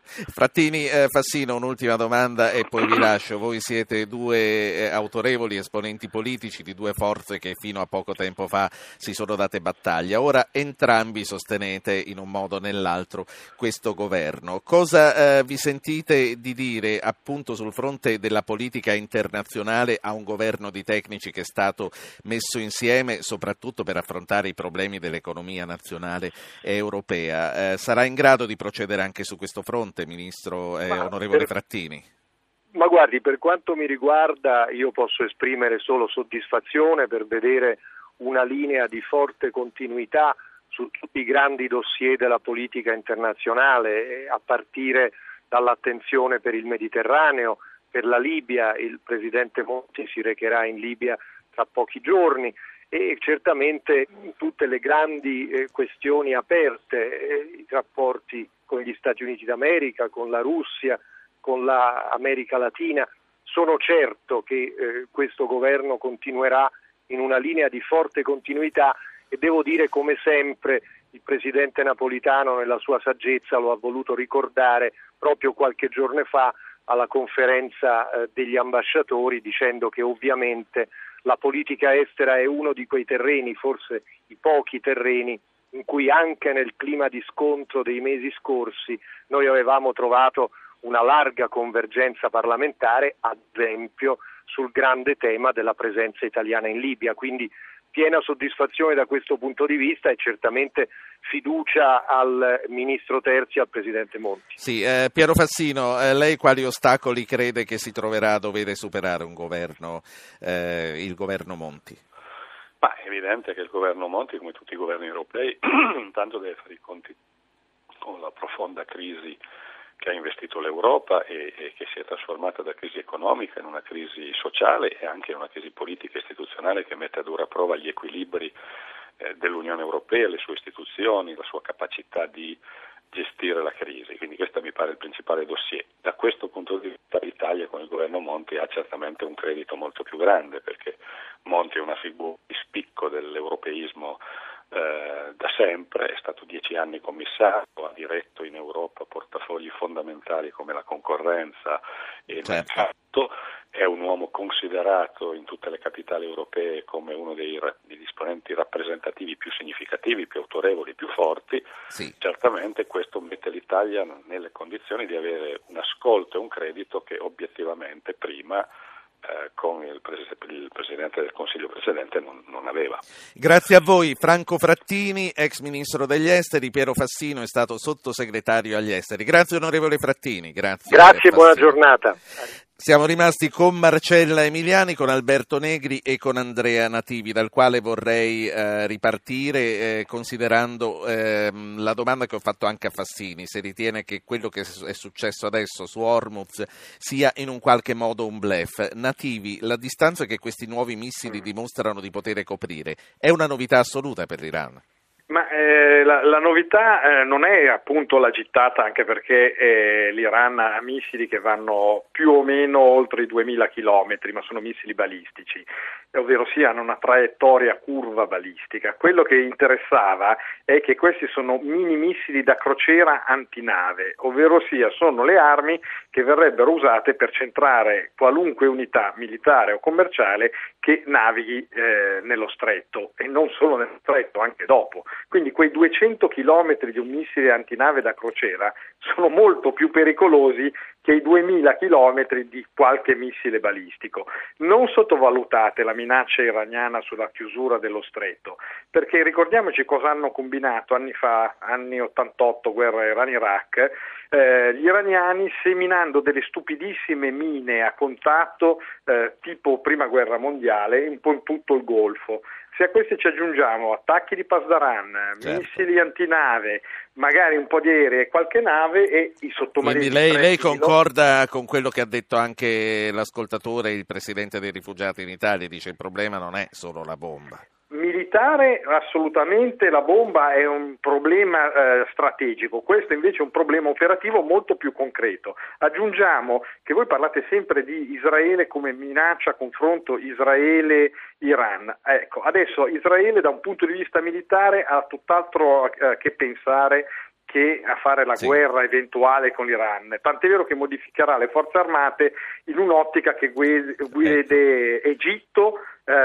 Frattini, Fassino, un'ultima domanda e poi vi lascio. Voi siete due autorevoli esponenti politici di due forze che fino a poco tempo fa si sono date battaglia. Ora entrambi sostenete in un modo o nell'altro questo governo. Cosa vi sentite di dire appunto sul fronte della politica internazionale a un governo di tecnici che è stato messo insieme soprattutto per affrontare i problemi dell'economia nazionale e europea? Sarà in grado di procedere anche su questo fronte, Ministro onorevole Frattini? Ma guardi, per quanto mi riguarda io posso esprimere solo soddisfazione per vedere una linea di forte continuità su tutti i grandi dossier della politica internazionale, a partire dall'attenzione per il Mediterraneo, per la Libia. Il Presidente Monti si recherà in Libia tra pochi giorni e certamente tutte le grandi questioni aperte, i rapporti con gli Stati Uniti d'America, con la Russia, con l'America Latina. Sono certo che questo governo continuerà in una linea di forte continuità e devo dire, come sempre, il Presidente Napolitano nella sua saggezza lo ha voluto ricordare proprio qualche giorno fa alla conferenza degli ambasciatori, dicendo che ovviamente la politica estera è uno di quei terreni, forse i pochi terreni, in cui anche nel clima di scontro dei mesi scorsi noi avevamo trovato una larga convergenza parlamentare, ad esempio sul grande tema della presenza italiana in Libia. Quindi piena soddisfazione da questo punto di vista e certamente fiducia al Ministro Terzi e al Presidente Monti. Sì, Piero Fassino, lei quali ostacoli crede che si troverà a dover superare un governo, il governo Monti? Ma è evidente che il governo Monti, come tutti i governi europei, intanto deve fare i conti con la profonda crisi che ha investito l'Europa e che si è trasformata da crisi economica in una crisi sociale e anche in una crisi politica e istituzionale che mette a dura prova gli equilibri dell'Unione Europea, le sue istituzioni, la sua capacità di gestire la crisi. Quindi questo mi pare il principale dossier. Da questo punto di vista l'Italia con il governo Monti ha certamente un credito molto più grande, perché Monti è una figura di spicco dell'europeismo da sempre, è stato 10 anni commissario, ha diretto in Europa portafogli fondamentali come la concorrenza e il mercato, è un uomo considerato in tutte le capitali europee come uno degli esponenti rappresentativi più significativi, più autorevoli, più forti. Sì. Certamente questo mette l'Italia nelle condizioni di avere un ascolto e un credito che obiettivamente prima con il Presidente del Consiglio precedente non aveva. Grazie a voi. Franco Frattini, ex Ministro degli Esteri. Piero Fassino è stato Sottosegretario agli Esteri. Grazie onorevole Frattini. Grazie, buona giornata. Siamo rimasti con Marcella Emiliani, con Alberto Negri e con Andrea Nativi, dal quale vorrei ripartire considerando la domanda che ho fatto anche a Fassini, se ritiene che quello che è successo adesso su Hormuz sia in un qualche modo un bluff. Nativi, la distanza che questi nuovi missili dimostrano di poter coprire è una novità assoluta per l'Iran? Ma la novità non è appunto la gittata, anche perché l'Iran ha missili che vanno più o meno oltre i 2000 chilometri, ma sono missili balistici, ovvero sia hanno una traiettoria curva balistica. Quello che interessava è che questi sono mini missili da crociera antinave, ovvero sia sono le armi che verrebbero usate per centrare qualunque unità militare o commerciale che navighi nello stretto, e non solo nello stretto, anche dopo. Quindi quei 200 chilometri di un missile antinave da crociera sono molto più pericolosi che i 2000 chilometri di qualche missile balistico. Non sottovalutate la minaccia iraniana sulla chiusura dello stretto, perché ricordiamoci cosa hanno combinato anni fa, anni 88, guerra Iran-Iraq, gli iraniani seminando delle stupidissime mine a contatto tipo prima guerra mondiale un po' in tutto il Golfo. Se a questi ci aggiungiamo attacchi di Pasdaran, missili antinave, magari un po' di aerei e qualche nave e i sottomarini. Quindi lei concorda con quello che ha detto anche l'ascoltatore, il presidente dei rifugiati in Italia, dice il problema non è solo la bomba. Militare assolutamente, la bomba è un problema strategico, questo invece è un problema operativo molto più concreto. Aggiungiamo che voi parlate sempre di Israele come minaccia, confronto Israele-Iran. Ecco, adesso Israele da un punto di vista militare ha tutt'altro che pensare che a fare la guerra eventuale con l'Iran, tant'è vero che modificherà le forze armate in un'ottica che vede Egitto,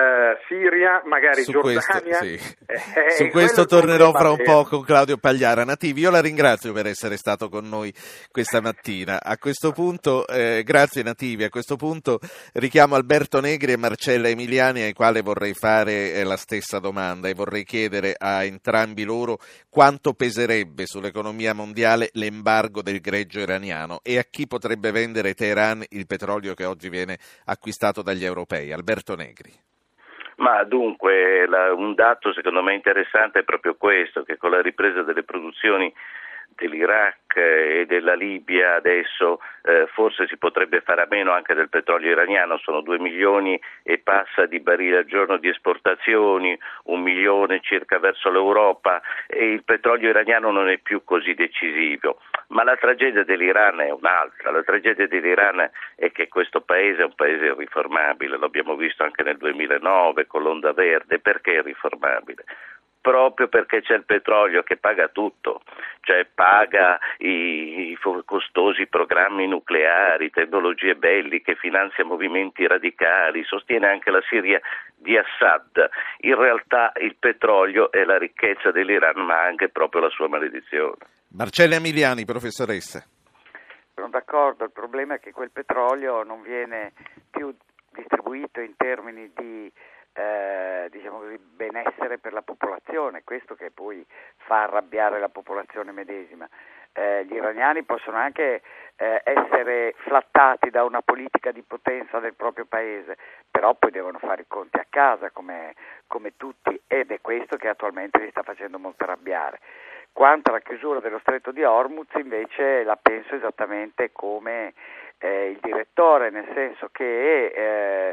Siria, magari su Giordania. Su questo tornerò fra un po' con Claudio Pagliara. Nativi, io la ringrazio per essere stato con noi questa mattina. A questo punto, grazie Nativi, a questo punto richiamo Alberto Negri e Marcella Emiliani, ai quali vorrei fare la stessa domanda e vorrei chiedere a entrambi loro quanto peserebbe sull'economia mondiale l'embargo del greggio iraniano e a chi potrebbe vendere Teheran il petrolio che oggi viene acquistato dagli europei. Alberto Negri. Ma dunque, un dato secondo me interessante è proprio questo, che con la ripresa delle produzioni dell'Iraq e della Libia adesso forse si potrebbe fare a meno anche del petrolio iraniano. Sono 2 milioni e passa di barili al giorno di esportazioni, 1 milione circa verso l'Europa, e il petrolio iraniano non è più così decisivo. Ma la tragedia dell'Iran è un'altra. La tragedia dell'Iran è che questo paese è un paese irriformabile, l'abbiamo visto anche nel 2009 con l'onda verde. Perché è irriformabile? Proprio perché c'è il petrolio che paga tutto, cioè paga i costosi programmi nucleari, tecnologie belliche, finanzia movimenti radicali, sostiene anche la Siria di Assad. In realtà il petrolio è la ricchezza dell'Iran, ma anche proprio la sua maledizione. Marcella Emiliani, professoressa. Sono d'accordo, il problema è che quel petrolio non viene più distribuito in termini di diciamo così, benessere per la popolazione, questo che poi fa arrabbiare la popolazione medesima. Gli iraniani possono anche essere flattati da una politica di potenza del proprio paese, però poi devono fare i conti a casa come tutti, ed è questo che attualmente li sta facendo molto arrabbiare. Quanto alla chiusura dello stretto di Hormuz invece la penso esattamente come il direttore, nel senso che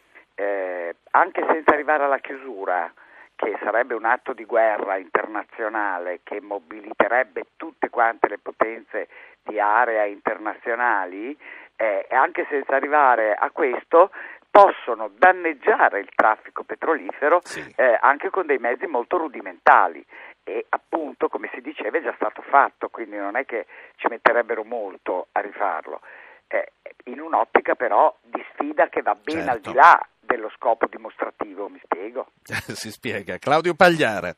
anche senza arrivare alla chiusura, che sarebbe un atto di guerra internazionale che mobiliterebbe tutte quante le potenze di area internazionali, anche senza arrivare a questo possono danneggiare il traffico petrolifero anche con dei mezzi molto rudimentali, e appunto, come si diceva, è già stato fatto, quindi non è che ci metterebbero molto a rifarlo, in un'ottica però di sfida che va ben al di là dello scopo dimostrativo, mi spiego? Si spiega. Claudio Pagliara.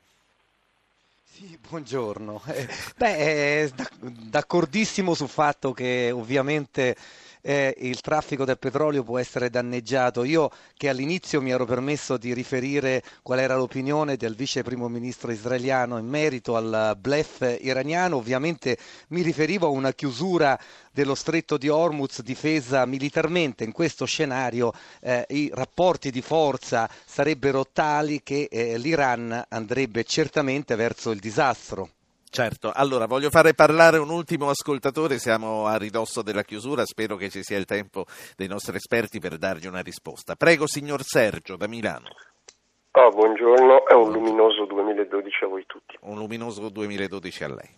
Sì, buongiorno. D'accordissimo sul fatto che ovviamente il traffico del petrolio può essere danneggiato. Io, che all'inizio mi ero permesso di riferire qual era l'opinione del vice primo ministro israeliano in merito al bluff iraniano, ovviamente mi riferivo a una chiusura dello stretto di Hormuz difesa militarmente. In questo scenario i rapporti di forza sarebbero tali che l'Iran andrebbe certamente verso il disastro. Certo, allora voglio fare parlare un ultimo ascoltatore, siamo a ridosso della chiusura, spero che ci sia il tempo dei nostri esperti per dargli una risposta. Prego, signor Sergio, da Milano. Buongiorno, è un luminoso 2012 a voi tutti. Un luminoso 2012 a lei.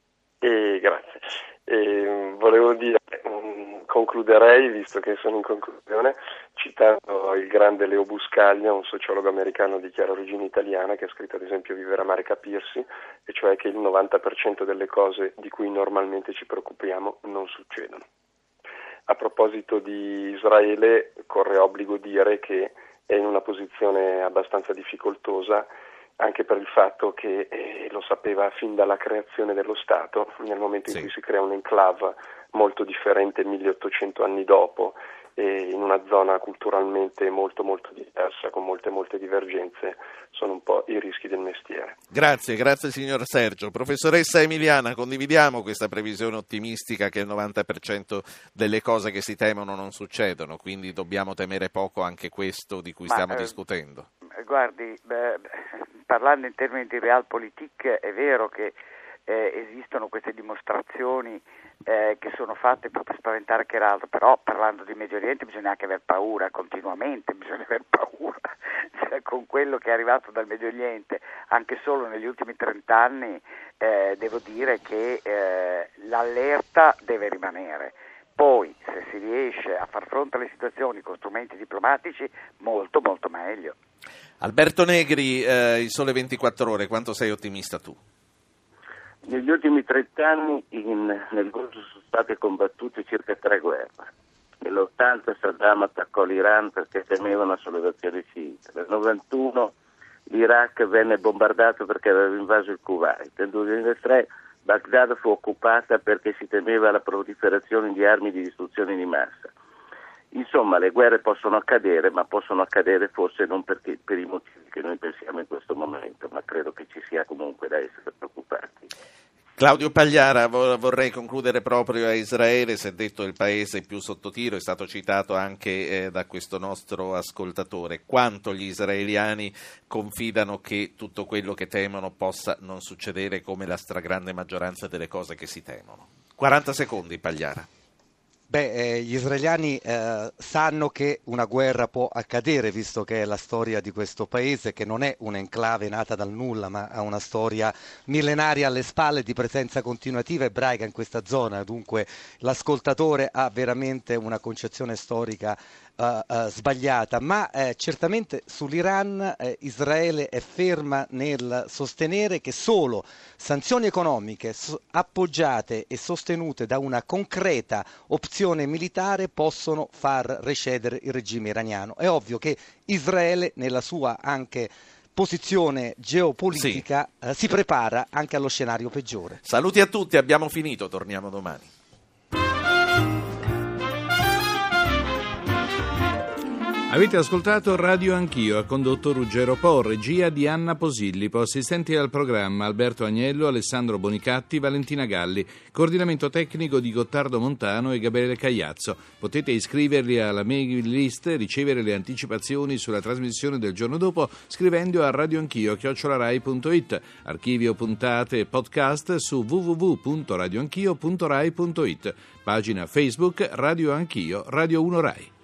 Grazie. Volevo dire, concluderei, visto che sono in conclusione, citando il grande Leo Buscaglia, un sociologo americano di chiara origine italiana, che ha scritto ad esempio Vivere, amare, capirsi, e cioè che il 90% delle cose di cui normalmente ci preoccupiamo non succedono. A proposito di Israele, corre obbligo dire che è in una posizione abbastanza difficoltosa, anche per il fatto che lo sapeva fin dalla creazione dello Stato, nel momento in cui si crea un'enclave molto differente 1800 anni dopo, in una zona culturalmente molto molto diversa, con molte divergenze, sono un po' i rischi del mestiere. Grazie signor Sergio. Professoressa Emiliana, condividiamo questa previsione ottimistica che il 90% delle cose che si temono non succedono, quindi dobbiamo temere poco anche questo di cui stiamo discutendo? Guardi, parlando in termini di realpolitik, è vero che esistono queste dimostrazioni che sono fatte più per spaventare che altro, però parlando di Medio Oriente bisogna anche aver paura, continuamente bisogna aver paura, cioè, con quello che è arrivato dal Medio Oriente anche solo negli ultimi 30 anni, devo dire che l'allerta deve rimanere. Poi, se si riesce a far fronte alle situazioni con strumenti diplomatici, molto molto meglio. Alberto Negri, Il Sole 24 Ore, quanto sei ottimista tu? Negli ultimi 30 anni nel Golfo sono state combattute circa 3 guerre. Nell'80 Saddam attaccò l'Iran perché temeva una sollevazione sciita. Nel 91 l'Iraq venne bombardato perché aveva invaso il Kuwait. Nel 2003 Baghdad fu occupata perché si temeva la proliferazione di armi di distruzione di massa. Insomma, le guerre possono accadere, ma possono accadere forse non per i motivi che noi pensiamo in questo momento, ma credo che ci sia comunque da essere preoccupati. Claudio Pagliara, vorrei concludere proprio a Israele. Si è detto il paese più sotto tiro, è stato citato anche da questo nostro ascoltatore. Quanto gli israeliani confidano che tutto quello che temono possa non succedere come la stragrande maggioranza delle cose che si temono? 40 secondi, Pagliara. Gli israeliani sanno che una guerra può accadere, visto che è la storia di questo paese, che non è un'enclave nata dal nulla, ma ha una storia millenaria alle spalle di presenza continuativa ebraica in questa zona. Dunque l'ascoltatore ha veramente una concezione storica sbagliata, ma certamente sull'Iran Israele è ferma nel sostenere che solo sanzioni economiche appoggiate e sostenute da una concreta opzione militare possono far recedere il regime iraniano. È ovvio che Israele, nella sua anche posizione geopolitica, si prepara anche allo scenario peggiore. Saluti a tutti, abbiamo finito, torniamo domani. Avete ascoltato Radio Anch'io, ha condotto Ruggero Po, regia di Anna Posillipo, assistenti al programma Alberto Agnello, Alessandro Bonicatti, Valentina Galli, coordinamento tecnico di Gottardo Montano e Gabriele Cagliazzo. Potete iscrivervi alla mail list e ricevere le anticipazioni sulla trasmissione del giorno dopo scrivendo a radioanchio@rai.it. Archivio, puntate e podcast su www.radioanchio.rai.it. Pagina Facebook Radio Anch'io, Radio 1 Rai.